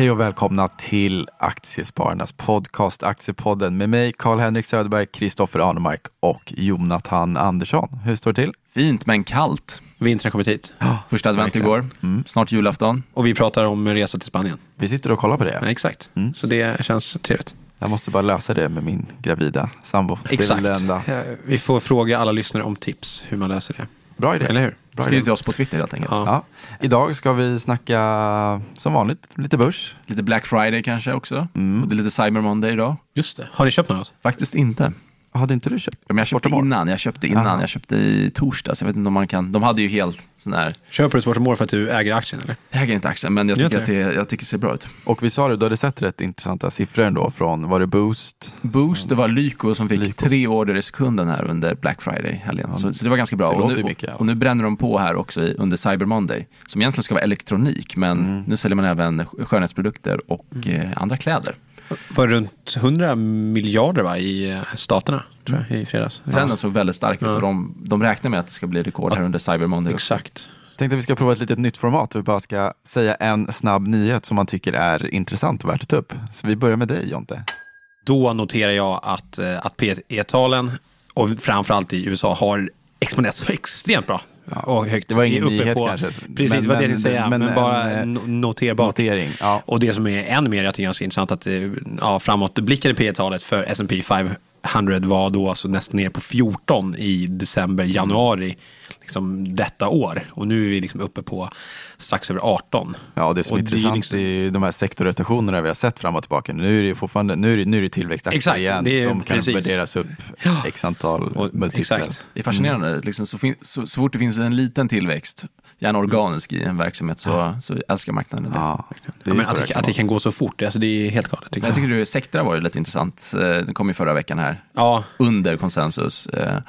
Hej och välkomna till Aktiespararnas podcast Aktiepodden med mig Carl-Henrik Söderberg, Kristoffer Arnemark och Jonathan Andersson. Hur står det till? Fint men kallt. Vintern har kommit hit. Första advent igår, snart julafton. Och vi pratar om resa till Spanien. Vi sitter och kollar på det. Ja, exakt, så det känns trevligt. Jag måste bara lösa det med min gravida sambo. Exakt, det är enda. Vi får fråga alla lyssnare om tips hur man löser det. Bra idé. Eller hur? Skriv till oss på Twitter helt enkelt. Ja. Idag ska vi snacka som vanligt lite börs. Lite Black Friday kanske också. Och det är lite Cyber Monday idag. Just det. Har ni köpt något? Faktiskt inte. Hade inte du köpt? Men jag köpte innan. Jag köpte i torsdags. Jag vet inte om man kan. De hade ju helt sån här. Köper du Sport & More för att du äger aktien eller? Jag äger inte aktien, men jag tycker att det ser bra ut. Och vi sa det, du hade sett rätt intressanta siffror ändå från, var det Boost? Boost, det var Lyko som fick 3 order i sekunden här under Black Friday-helgen. Så det var ganska bra. Och nu bränner de på här också under Cyber Monday, som egentligen ska vara elektronik, men nu säljer man även skönhetsprodukter och andra kläder. Var det runt 100 miljarder va, i staterna tror jag, i fredags. Trenden såg väldigt stark ut och de räknar med att det ska bli rekord här under Cyber Monday. Exakt. Tänkte att vi ska prova ett litet nytt format. Vi bara ska säga en snabb nyhet som man tycker är intressant och värt att ta upp. Så vi börjar med dig, Jonte. Då noterar jag att P/E-talen och framförallt i USA har exponerat så extremt bra. Och högt. Det var ingen uppe nyhet på, kanske. Precis, det var det jag säga. Men bara noterbart. Notering, ja. Och det som är ännu mer, jag tycker ganska intressant, att framåt blickade P/E-talet för S&P 500 var då alltså nästan ner på 14 i december, januari liksom detta år. Och nu är vi liksom uppe på strax över 18. Ja, och det som är intressant liksom är de här sektorrotationerna vi har sett fram och tillbaka. Nu är det fortfarande nu är det tillväxtaktier igen det är, som kan värderas upp x antal multiplar. Det är fascinerande. Liksom, så fort det finns en liten tillväxt, gärna organisk i en verksamhet, så älskar marknaden det. Ja, men att det kan gå så fort, alltså det är helt galet. Jag tycker Sectra var ju lite intressant. Det kom ju förra veckan här. Ja. Under konsensus.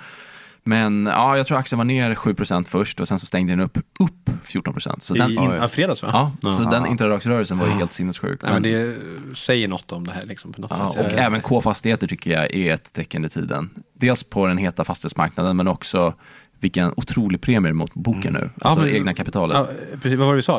Men ja, jag tror aktien var ner 7% först och sen så stängde den upp 14%. Så den fredags va? Ja, så den intradagsrörelsen var ju helt sinnessjuk. Men det säger något om det här liksom, på något sätt. Och även K-fastigheter tycker jag är ett tecken i tiden. Dels på den heta fastighetsmarknaden, men också vilken otrolig premie mot boken nu. Alltså det egna kapitalet. Ja, precis, vad var det du sa?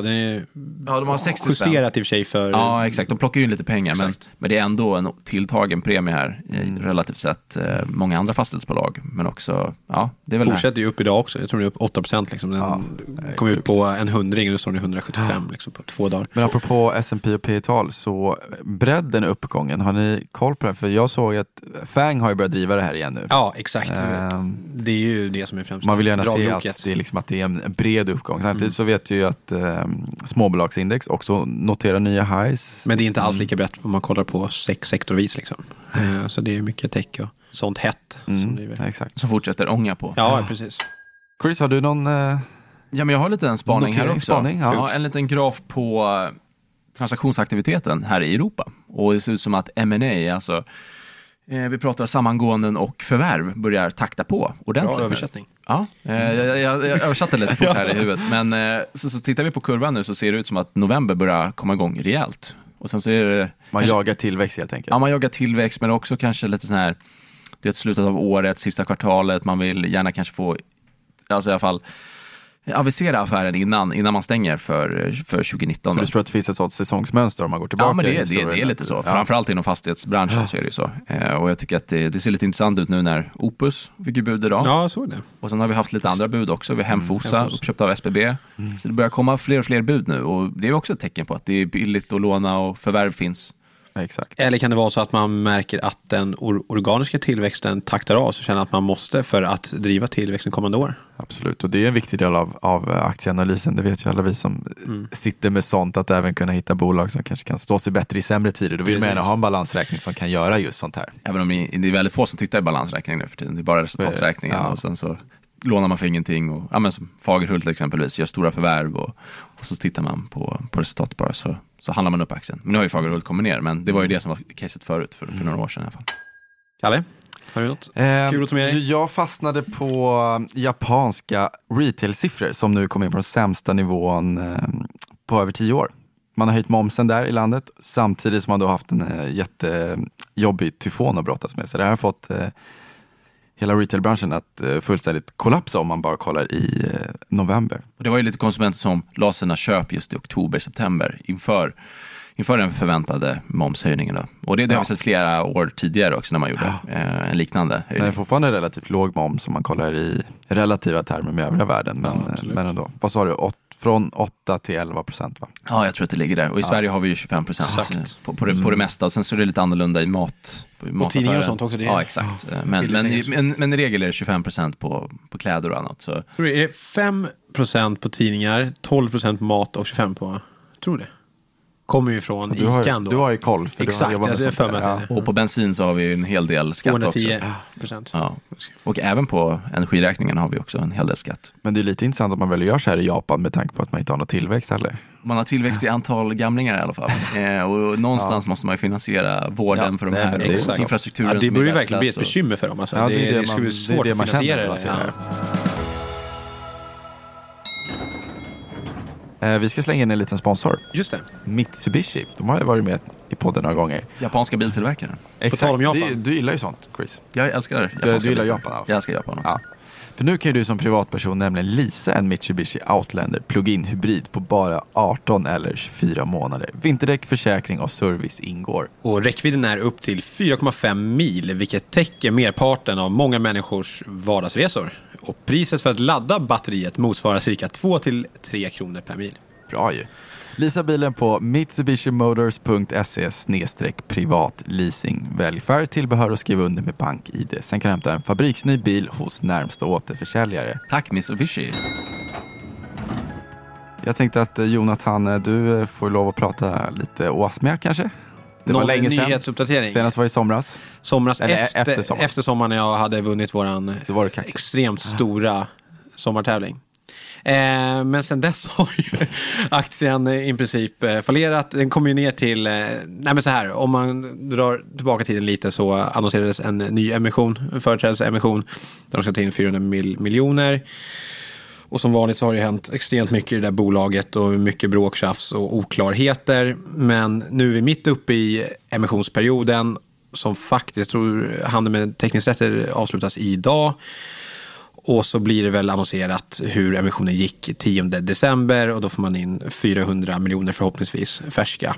De har 60 justerat i och för sig för... Ja, exakt. De plockar ju in lite pengar, men det är ändå en tilltagen premie här relativt sett många andra fastighetsbolag. Men också, ja, det är väl fortsätter ju upp idag också. Jag tror det är upp 8% liksom. Den kom ut på en 100, nu står den 175 liksom, på 2 dagar. Men apropå S&P och P/E-tal, så bredden uppgången, har ni koll på det? För jag såg att FANG har ju börjat driva det här igen nu. Ja, exakt. Det är ju det som är främst. Man vill gärna se att det är, liksom, att det är en bred uppgång. Samtidigt så vet ju att småbolagsindex också noterar nya highs. Men det är inte alls lika brett om man kollar på sektorvis. Liksom. Så det är mycket tech och sånt hett. Exakt. Som fortsätter ånga på. Ja, precis. Chris, har du någon... Ja, men jag har lite en spaning här också. Ja. En liten graf på transaktionsaktiviteten här i Europa. Och det ser ut som att M&A, alltså... Vi pratar sammangåenden och förvärv börjar takta på ordentligt. Bra översättning. Ja, jag översatte lite fort här i huvudet. Men så tittar vi på kurvan nu så ser det ut som att november börjar komma igång rejält. Och sen så är det... Man jagar tillväxt helt enkelt. Ja, man jagar tillväxt, men också kanske lite sån här... Det är slutet av året, sista kvartalet. Man vill gärna kanske få... Alltså i alla fall... avisera affären innan man stänger för 2019. Så du tror att det finns ett sådant säsongsmönster om man går tillbaka? Ja, men det är lite så. Framförallt inom fastighetsbranschen så är det ju så. Och jag tycker att det ser lite intressant ut nu när Opus fick ju bud idag. Ja, så är det. Och sen har vi haft lite andra bud också. Vi har Hemfosa, uppköpt av SBB. Så det börjar komma fler och fler bud nu. Och det är också ett tecken på att det är billigt att låna och förvärv finns. Exakt. Eller kan det vara så att man märker att den organiska tillväxten taktar av, så känner att man måste för att driva tillväxten kommande år? Absolut, och det är en viktig del av aktieanalysen. Det vet ju alla vi som sitter med sånt, att även kunna hitta bolag som kanske kan stå sig bättre i sämre tider. Då vill man gärna ha en balansräkning som kan göra just sånt här. Även om det är väldigt få som tittar i balansräkningen nu för tiden. Det är bara resultaträkningen och sen så lånar man för ingenting. Och, ja, men som Fagerhult exempelvis gör stora förvärv och så tittar man på resultatet bara så handlar man upp aktien. Men nu har ju Fagerhult kommit ner, men det var ju det som var caset förut för några år sedan i alla fall. Kalle, har du något kul att ta med dig? Jag fastnade på japanska retail-siffror som nu kommer in på den sämsta nivån på över 10 år. Man har höjt momsen där i landet samtidigt som man då haft en jättejobbig tyfon att brottas med. Så det här har fått hela retailbranschen att fullständigt kollapsa om man bara kollar i november. Och det var ju lite konsumenter som la sina köp just i oktober, september inför inför den förväntade momshöjningen då. Och det har vi sett flera år tidigare också när man gjorde en liknande höjning. Men det är fortfarande relativt låg moms om man kollar i relativa termer med övriga världen. Men ändå. Vad sa du? Från 8 till 11%, va? Ja, jag tror att det ligger där. Och i Sverige har vi ju 25% på det mesta. Och sen så är det lite annorlunda i mat. Och tidningar och sånt också. Ja, exakt. Men i regel är det 25% på kläder och annat. Så. Jag tror det är 5% på tidningar, 12% på mat och 25% på... Tror det. Kommer ju från ICA ändå. Du har ju koll. För exakt, du har för mig. Och på bensin så har vi en hel del skatt 210%. också. Ja. Och även på energiräkningen har vi också en hel del skatt. Men det är lite intressant att man väl gör så här i Japan med tanke på att man inte har någon tillväxt heller. Man har tillväxt i antal gamlingar i alla fall. Och någonstans måste man ju finansiera vården för de här infrastrukturen. Det borde ju verkligen bli ett bekymmer för dem. Alltså. Det skulle bli svårt att finansiera det. Vi ska slänga in en liten sponsor. Just det. Mitsubishi. De har ju varit med i podden några gånger. Japanska biltillverkaren. Exakt. På tal om Japan. Du gillar ju sånt, Chris. Jag älskar det. Du gillar Japan alltså. Jag älskar Japan också. Ja. För nu kan ju du som privatperson nämligen leasa en Mitsubishi Outlander plug-in hybrid på bara 18 eller 24 månader. Vinterdäck, försäkring och service ingår. Och räckvidden är upp till 4,5 mil, vilket täcker merparten av många människors vardagsresor. Och priset för att ladda batteriet motsvarar cirka 2-3 kronor per mil. Bra ju. Leasa bilen på mitsubishimotors.se/privatleasing. Välj färg, tillbehör och skriv under med bank-ID. Sen kan du hämta en fabriksny bil hos närmsta återförsäljare. Tack Mitsubishi. Jag tänkte att Jonathan, du får lov att prata lite Åsmia kanske? Det var länge sedan. Nyhetsuppdatering. Senast var i somras. Efter sommaren när jag hade vunnit våran extremt stora sommartävling. Men sen dess har ju aktien i princip fallerat. Den kom ju ner till, nej men så här, om man drar tillbaka tiden lite så annonserades en ny emission, en företrädelseemission där de ska ta in 400 miljoner. Och som vanligt så har det hänt extremt mycket i det där bolaget och mycket bråktjafs och oklarheter. Men nu är vi mitt uppe i emissionsperioden som faktiskt tror handeln med teckningsrätter avslutas idag. Och så blir det väl annonserat hur emissionen gick 10 december och då får man in 400 miljoner förhoppningsvis färska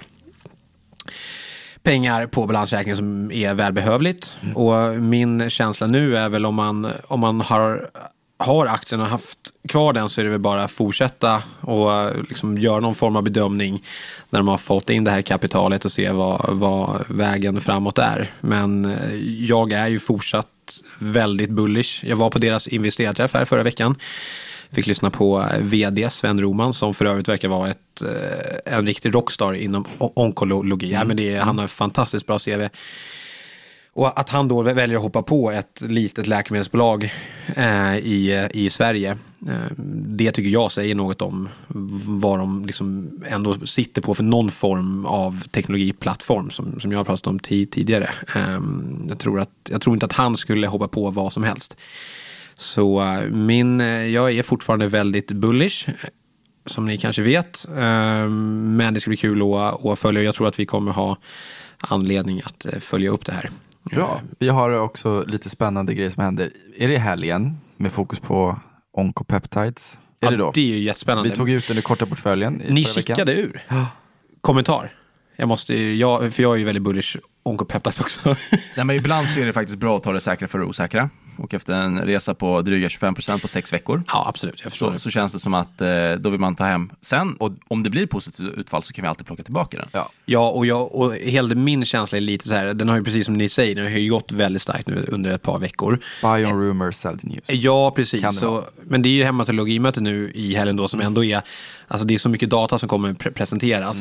pengar på balansräkningen som är välbehövligt. Och min känsla nu är väl om man har aktien och haft kvar den så är det väl bara att fortsätta och liksom göra någon form av bedömning när de har fått in det här kapitalet och se vad vägen framåt är. Men jag är ju fortsatt väldigt bullish. Jag var på deras investerarträff här förra veckan. Fick lyssna på vd Sven Roman som för övrigt verkar vara en riktig rockstar inom onkologi. Ja, men han har ett fantastiskt bra CV. Och att han då väljer att hoppa på ett litet läkemedelsbolag i Sverige, det tycker jag säger något om vad de liksom ändå sitter på för någon form av teknologiplattform som jag har pratat om tidigare. Jag tror inte att han skulle hoppa på vad som helst. Så jag är fortfarande väldigt bullish, som ni kanske vet. Men det ska bli kul att följa. Jag tror att vi kommer ha anledning att följa upp det här. Bra. Vi har också lite spännande grejer som händer. Är det helgen med fokus på oncopeptides? Är det då? Det är ju jättespännande. Vi tog ut den i korta portföljen. Ni skickade ur. Kommentar. För jag är ju väldigt bullish oncopeptides också. Nej, men ibland så är det faktiskt bra att ta det säkra för det osäkra. Och efter en resa på dryga 25% på 6 veckor. Ja, absolut. Jag förstår så känns det som att då vill man ta hem sen. Och om det blir positivt utfall så kan vi alltid plocka tillbaka den. Ja, och hela min känsla är lite så här. Den har ju precis som ni säger, den har ju gått väldigt starkt nu under ett par veckor. Buy on rumor, sell the news. Ja, precis. Men det är ju hematologimöte nu i helgen då som ändå är, alltså det är så mycket data som kommer presenteras.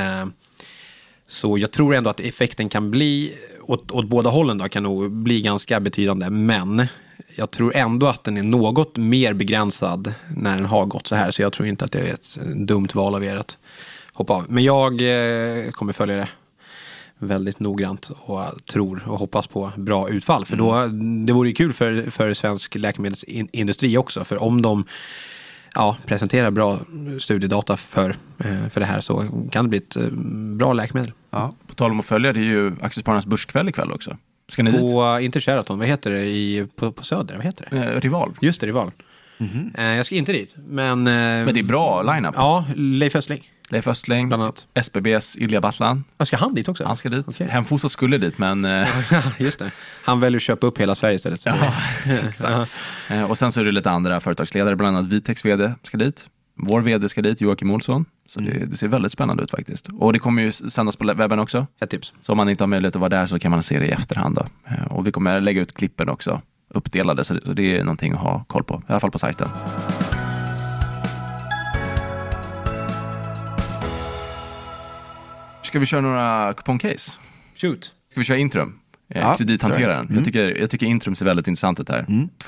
Så jag tror ändå att effekten kan bli, åt båda hållen då, kan nog bli ganska betydande. Men jag tror ändå att den är något mer begränsad när den har gått så här. Så jag tror inte att det är ett dumt val av er att hoppa av. Men jag kommer följa det väldigt noggrant och tror och hoppas på bra utfall. För då, det vore ju kul för svensk läkemedelsindustri också. För om de presenterar bra studiedata för det här så kan det bli ett bra läkemedel. Ja. På tal om att följa, det är ju Aktiespararnas börskväll ikväll också. Ska ni dit? Inte Sheraton, vad heter det på Söder? Vad heter det? Rival. Just det, Rival. Jag ska inte dit. Men det är bra line-up. Ja, Leif Östling. Bland annat. SBBs Ilja Battlan. Ska han dit också? Han ska dit. Okay. Hemfosa skulle dit, men... Just det. Han väljer att köpa upp hela Sverige istället. Ja, exakt. Och sen så är det lite andra företagsledare, bland annat Vitex vd ska dit. Vår vd ska dit, Joakim Olsson. Så det ser väldigt spännande ut faktiskt. Och det kommer ju sändas på webben också. Ett tips. Så om man inte har möjlighet att vara där så kan man se det i efterhand då. Och vi kommer lägga ut klippen också, uppdelade, så det är någonting att ha koll på. I alla fall på sajten. Ska vi köra några kupongcase? Shoot. Ska vi köra Intrum? Kredithanteraren. Jag tycker Intrum ser väldigt intressant ut här.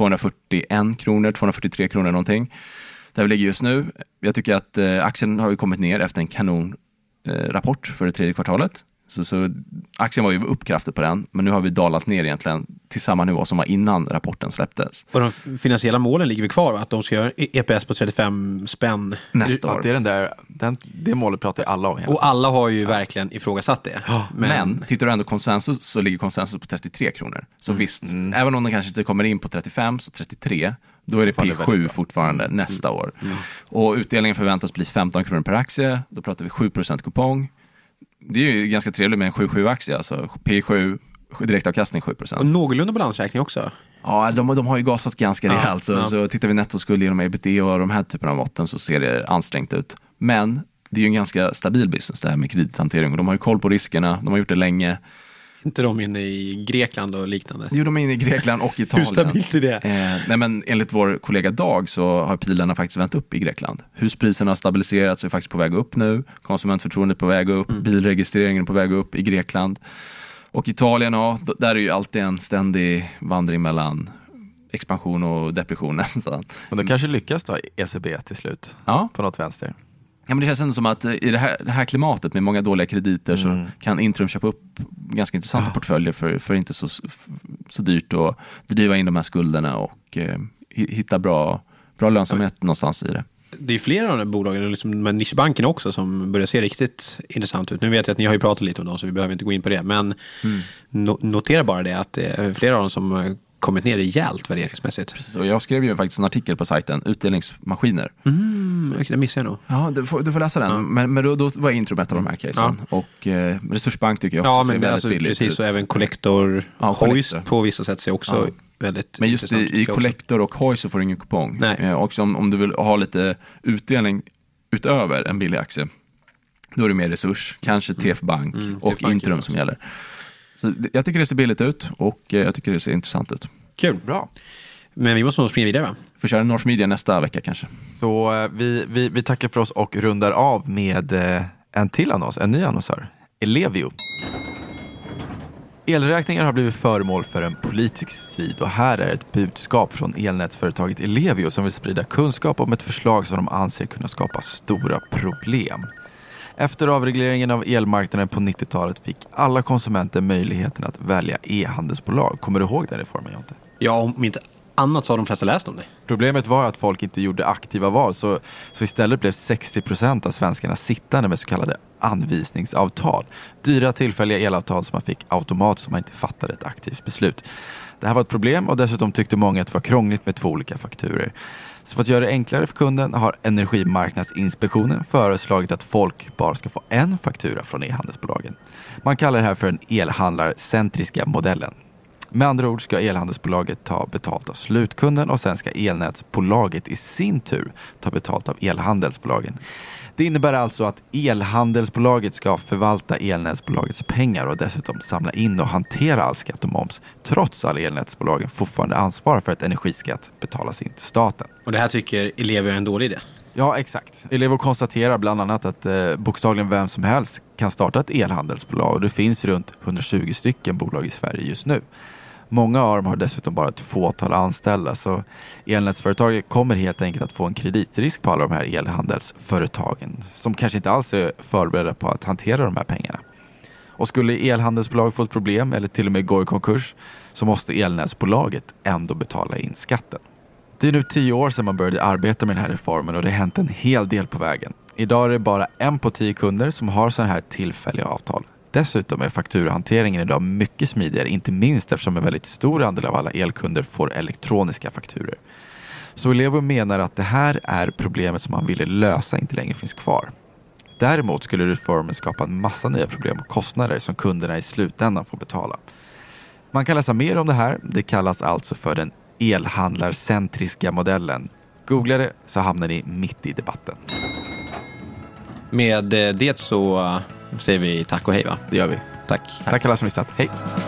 241 kronor, 243 kronor någonting. Där vi ligger just nu. Jag tycker att aktien har ju kommit ner efter en kanonrapport för det tredje kvartalet. Så aktien var ju uppkraftigt på den, men nu har vi dalat ner egentligen till samma nivå som var innan rapporten släpptes. Och de finansiella målen ligger vi kvar, att de ska göra EPS på 35 spänn nästa år. Det är det målet pratar alla om. Och alla har ju verkligen ifrågasatt det. Men tittar du ändå konsensus, så ligger konsensus på 33 kronor. Så visst, även om de kanske inte kommer in på 35, så 33, då är det P7 fortfarande nästa år. Och utdelningen förväntas bli 15 kronor per aktie. Då pratar vi 7% kupong. Det är ju ganska trevligt med en 7-7-aktie, alltså P7, direktavkastning 7%. Och någorlunda balansräkning också. Ja, de har ju gasat ganska rejält. Så tittar vi nettoskuld genom ebitda och de här typerna av måtten, så ser det ansträngt ut. Men det är ju en ganska stabil business det här med kredithantering. Och de har ju koll på riskerna, de har gjort det länge. Inte de inne i Grekland och liknande? Jo, de är inne i Grekland och Italien. Hur stabilt är det? Nej, men enligt vår kollega Dag så har pilarna faktiskt vänt upp i Grekland. Huspriserna har stabiliserats och är faktiskt på väg upp nu. Konsumentförtroendet på väg upp. Bilregistreringen på väg upp i Grekland. Och Italien, där är ju alltid en ständig vandring mellan expansion och depression nästan. Men då kanske lyckas då ECB till slut på något vänster. Ja, men det känns ändå som att i det här klimatet med många dåliga krediter så kan Intrum köpa upp ganska intressanta portföljer för inte så dyrt, och driva in de här skulderna och hitta bra lönsamhet någonstans i det. Det är flera av de här bolagen, liksom med nischbanken också, som börjar se riktigt intressant ut. Nu vet jag att ni har ju pratat lite om dem, så vi behöver inte gå in på det. Men notera bara det, att det är flera av dem som kommit ner rejält värderingsmässigt. Precis, och jag skrev ju faktiskt en artikel på sajten, utdelningsmaskiner. Det missar jag nog. Ja, du får läsa den. Men då var Intrum ett av de här casen. Och Resursbank tycker jag också ser väldigt billigt precis, ut. Och även Collector, Hoist på vissa sätt ser också väldigt. Men just i Collector och Hoist så får du ingen kupong. Nej. Och om du vill ha lite utdelning utöver en billig aktie, då är det mer Resurs, kanske TF Bank och Intrum som gäller. Så jag tycker det ser billigt ut och jag tycker det ser intressant ut. Kul, bra. Men vi måste nog springa vidare, va? Får köra North Media nästa vecka kanske. Så vi tackar för oss och rundar av med en till annons, en ny annonsör. Ellevio. Elräkningar har blivit föremål för en politisk strid, och här är ett budskap från elnätsföretaget Ellevio som vill sprida kunskap om ett förslag som de anser kunna skapa stora problem. Efter avregleringen av elmarknaden på 90-talet fick alla konsumenter möjligheten att välja e-handelsbolag. Kommer du ihåg den reformen, Jonte? Ja, om inte annat så har de flesta läst om det. Problemet var att folk inte gjorde aktiva val, så istället blev 60% av svenskarna sittande med så kallade anvisningsavtal. Dyra tillfälliga elavtal som man fick automatiskt om man inte fattade ett aktivt beslut. Det här var ett problem, och dessutom tyckte många att det var krångligt med 2 olika fakturer. Så för att göra det enklare för kunden har Energimarknadsinspektionen föreslagit att folk bara ska få en faktura från e-handelsbolagen. Man kallar det här för den elhandlarcentriska modellen. Med andra ord ska elhandelsbolaget ta betalt av slutkunden, och sen ska elnätsbolaget i sin tur ta betalt av elhandelsbolagen. Det innebär alltså att elhandelsbolaget ska förvalta elnätsbolagets pengar och dessutom samla in och hantera all skatt och moms, trots att elnätsbolagen fortfarande ansvarar för att energiskatt betalas in till staten. Och det här tycker elever är en dålig idé? Ja, exakt. Elever konstaterar bland annat att bokstavligen vem som helst kan starta ett elhandelsbolag, och det finns runt 120 stycken bolag i Sverige just nu. Många av dem har dessutom bara ett fåtal anställda, så elnätsföretaget kommer helt enkelt att få en kreditrisk på alla de här elhandelsföretagen som kanske inte alls är förberedda på att hantera de här pengarna. Och skulle elhandelsbolag få ett problem eller till och med gå i konkurs, så måste elnätsbolaget ändå betala in skatten. Det är nu 10 år sedan man började arbeta med den här reformen, och det har hänt en hel del på vägen. Idag är det bara 1 på 10 kunder som har sådana här tillfälliga avtal. Dessutom är fakturahanteringen idag mycket smidigare, inte minst eftersom en väldigt stor andel av alla elkunder får elektroniska fakturer. Så Olevo menar att det här är problemet som han ville lösa inte längre finns kvar. Däremot skulle reformen skapa en massa nya problem och kostnader som kunderna i slutändan får betala. Man kan läsa mer om det här. Det kallas alltså för den elhandlarcentriska modellen. Googla det så hamnar ni mitt i debatten. Med det så säger vi tack och hej, va? Det gör vi. Tack. Tack alla som lyssnat. Hej!